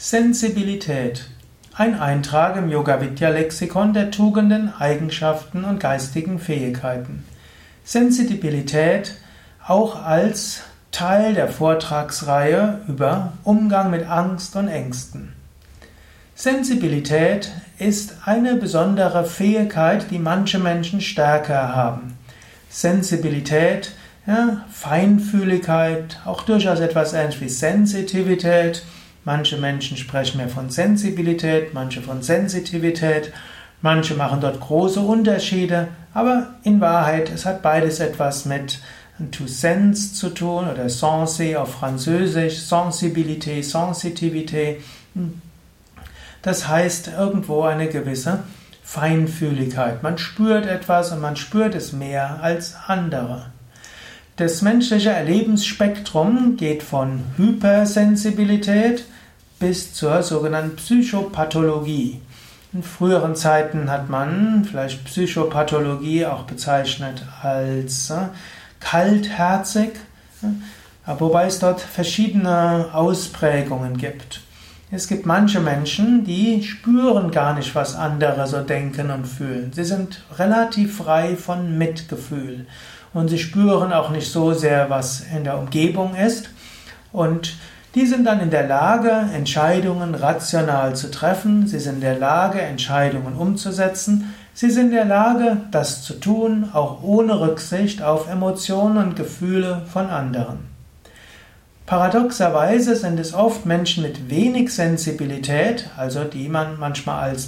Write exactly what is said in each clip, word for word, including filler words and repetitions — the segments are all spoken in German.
Sensibilität. Ein Eintrag im Yoga-Vidya-Lexikon der Tugenden, Eigenschaften und geistigen Fähigkeiten. Sensibilität auch als Teil der Vortragsreihe über Umgang mit Angst und Ängsten. Sensibilität ist eine besondere Fähigkeit, die manche Menschen stärker haben. Sensibilität, ja, Feinfühligkeit, auch durchaus etwas ähnlich wie Sensitivität. Manche Menschen sprechen mehr von Sensibilität, manche von Sensitivität, manche machen dort große Unterschiede, aber in Wahrheit, es hat beides etwas mit to sense zu tun oder senser auf Französisch, Sensibilité, Sensitivité. Das heißt irgendwo eine gewisse Feinfühligkeit. Man spürt etwas und man spürt es mehr als andere. Das menschliche Erlebensspektrum geht von Hypersensibilität bis zur sogenannten Psychopathologie. In früheren Zeiten hat man vielleicht Psychopathologie auch bezeichnet als äh, kaltherzig, äh, wobei es dort verschiedene Ausprägungen gibt. Es gibt manche Menschen, die spüren gar nicht, was andere so denken und fühlen. Sie sind relativ frei von Mitgefühl. Und sie spüren auch nicht so sehr, was in der Umgebung ist. Und die sind dann in der Lage, Entscheidungen rational zu treffen. Sie sind in der Lage, Entscheidungen umzusetzen. Sie sind in der Lage, das zu tun, auch ohne Rücksicht auf Emotionen und Gefühle von anderen. Paradoxerweise sind es oft Menschen mit wenig Sensibilität, also die man manchmal als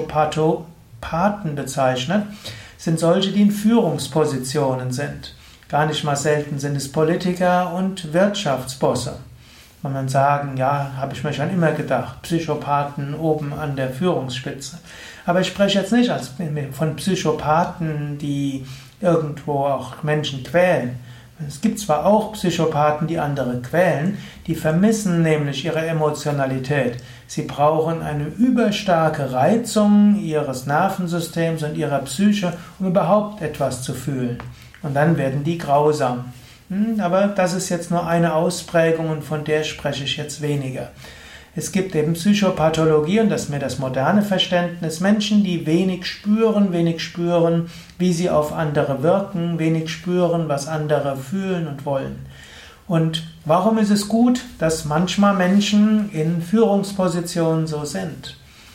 Psychopathopathen bezeichnet, sind solche, die in Führungspositionen sind. Gar nicht mal selten sind es Politiker und Wirtschaftsbosse. Man kann sagen, ja, habe ich mir schon immer gedacht, Psychopathen oben an der Führungsspitze. Aber ich spreche jetzt nicht von Psychopathen, die irgendwo auch Menschen quälen. Es gibt zwar auch Psychopathen, die andere quälen, die vermissen nämlich ihre Emotionalität. Sie brauchen eine überstarke Reizung ihres Nervensystems und ihrer Psyche, um überhaupt etwas zu fühlen. Und dann werden die grausam. Aber das ist jetzt nur eine Ausprägung und von der spreche ich jetzt weniger. Es gibt eben Psychopathologie, und das ist mir das moderne Verständnis, Menschen, die wenig spüren, wenig spüren, wie sie auf andere wirken, wenig spüren, was andere fühlen und wollen. Und warum ist es gut, dass manchmal Menschen in Führungspositionen so sind?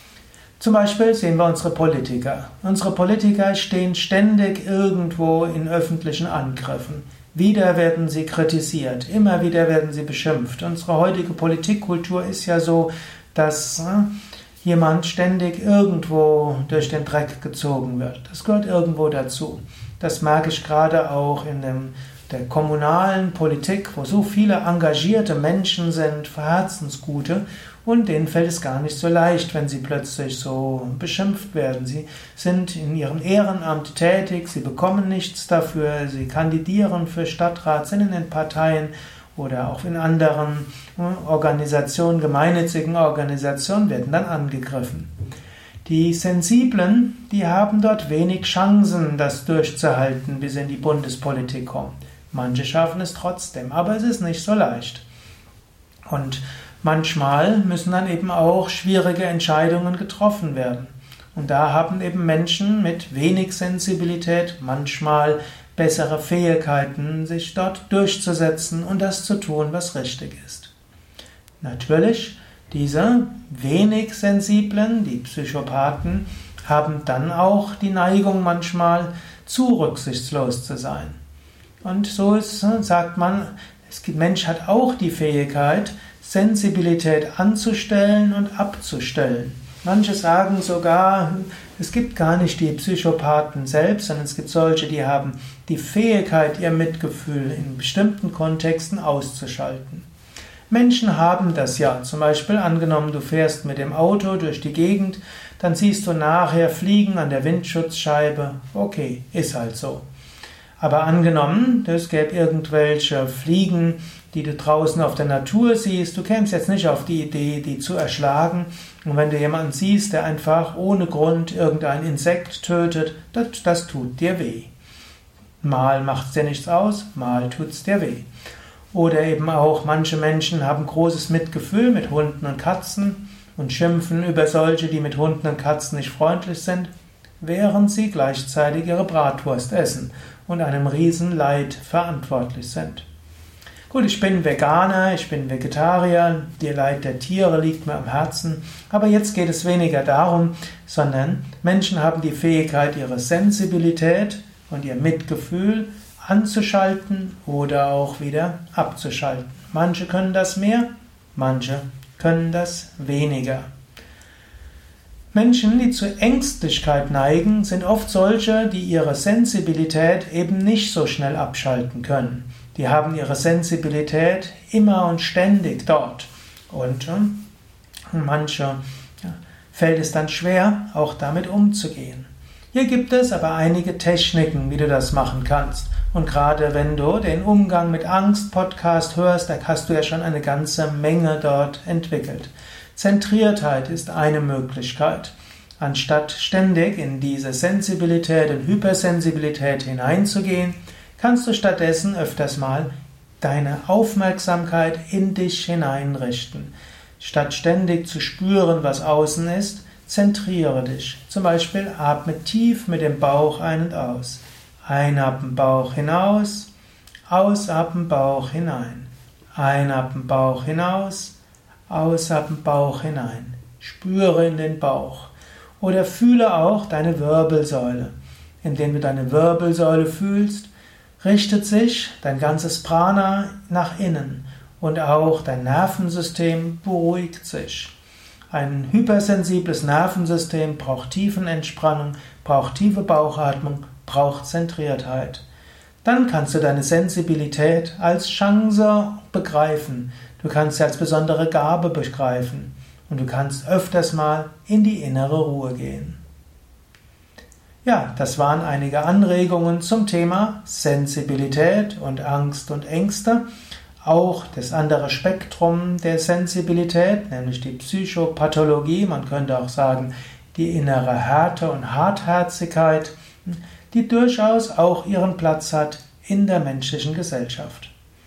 Zum Beispiel sehen wir unsere Politiker. Unsere Politiker stehen ständig irgendwo in öffentlichen Angriffen. Wieder werden sie kritisiert, immer wieder werden sie beschimpft. Unsere heutige Politikkultur ist ja so, dass äh, jemand ständig irgendwo durch den Dreck gezogen wird. Das gehört irgendwo dazu. Das merke ich gerade auch in dem, der kommunalen Politik, wo so viele engagierte Menschen sind, Herzensgute, und denen fällt es gar nicht so leicht, wenn sie plötzlich so beschimpft werden. Sie sind in ihrem Ehrenamt tätig, sie bekommen nichts dafür, sie kandidieren für Stadtrat, sind in den Parteien oder auch in anderen Organisationen, gemeinnützigen Organisationen, werden dann angegriffen. Die Sensiblen, die haben dort wenig Chancen, das durchzuhalten, bis sie in die Bundespolitik kommen. Manche schaffen es trotzdem, aber es ist nicht so leicht. Und manchmal müssen dann eben auch schwierige Entscheidungen getroffen werden. Und da haben eben Menschen mit wenig Sensibilität manchmal bessere Fähigkeiten, sich dort durchzusetzen und das zu tun, was richtig ist. Natürlich, diese wenig Sensiblen, die Psychopathen, haben dann auch die Neigung manchmal zu rücksichtslos zu sein. Und so ist, sagt man, der Mensch hat auch die Fähigkeit, Sensibilität anzustellen und abzustellen. Manche sagen sogar, es gibt gar nicht die Psychopathen selbst, sondern es gibt solche, die haben die Fähigkeit, ihr Mitgefühl in bestimmten Kontexten auszuschalten. Menschen haben das ja. Zum Beispiel angenommen, du fährst mit dem Auto durch die Gegend, dann siehst du nachher Fliegen an der Windschutzscheibe. Okay, ist halt so. Aber angenommen, es gäbe irgendwelche Fliegen, die du draußen auf der Natur siehst, du kämst jetzt nicht auf die Idee, die zu erschlagen. Und wenn du jemanden siehst, der einfach ohne Grund irgendein Insekt tötet, das, das tut dir weh. Mal macht es dir nichts aus, mal tut es dir weh. Oder eben auch manche Menschen haben großes Mitgefühl mit Hunden und Katzen und schimpfen über solche, die mit Hunden und Katzen nicht freundlich sind, während sie gleichzeitig ihre Bratwurst essen und einem Riesenleid verantwortlich sind. Gut, ich bin Veganer, ich bin Vegetarier, das Leid der Tiere liegt mir am Herzen, aber jetzt geht es weniger darum, sondern Menschen haben die Fähigkeit, ihre Sensibilität und ihr Mitgefühl anzuschalten oder auch wieder abzuschalten. Manche können das mehr, manche können das weniger. Menschen, die zu Ängstlichkeit neigen, sind oft solche, die ihre Sensibilität eben nicht so schnell abschalten können. Die haben ihre Sensibilität immer und ständig dort. Und äh, manche ja, fällt es dann schwer, auch damit umzugehen. Hier gibt es aber einige Techniken, wie du das machen kannst. Und gerade wenn du den Umgang mit Angst-Podcast hörst, da hast du ja schon eine ganze Menge dort entwickelt. Zentriertheit ist eine Möglichkeit. Anstatt ständig in diese Sensibilität und Hypersensibilität hineinzugehen, kannst du stattdessen öfters mal deine Aufmerksamkeit in dich hineinrichten. Statt ständig zu spüren, was außen ist, zentriere dich. Zum Beispiel atme tief mit dem Bauch ein und aus. Einatmen Bauch hinaus, ausatmen Bauch hinein. Einatmen Bauch hinaus, ausatmen Bauch hinein. Spüre in den Bauch. Oder fühle auch deine Wirbelsäule. Indem du deine Wirbelsäule fühlst, richtet sich dein ganzes Prana nach innen und auch dein Nervensystem beruhigt sich. Ein hypersensibles Nervensystem braucht Tiefenentspannung, braucht tiefe Bauchatmung, braucht Zentriertheit. Dann kannst du deine Sensibilität als Chance begreifen. Du kannst sie als besondere Gabe begreifen und du kannst öfters mal in die innere Ruhe gehen. Ja, das waren einige Anregungen zum Thema Sensibilität und Angst und Ängste. Auch das andere Spektrum der Sensibilität, nämlich die Psychopathologie, man könnte auch sagen, die innere Härte und Hartherzigkeit, die durchaus auch ihren Platz hat in der menschlichen Gesellschaft.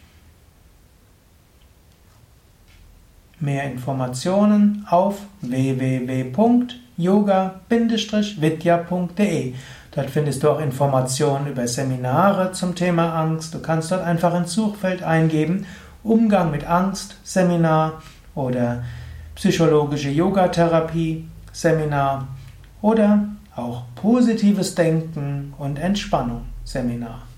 Mehr Informationen auf w w w punkt yoga Bindestrich vidya punkt de. Dort findest du auch Informationen über Seminare zum Thema Angst. Du kannst dort einfach ins Suchfeld eingeben, Umgang mit Angst, Seminar oder psychologische Yogatherapie, Seminar oder auch positives Denken und Entspannung, Seminar.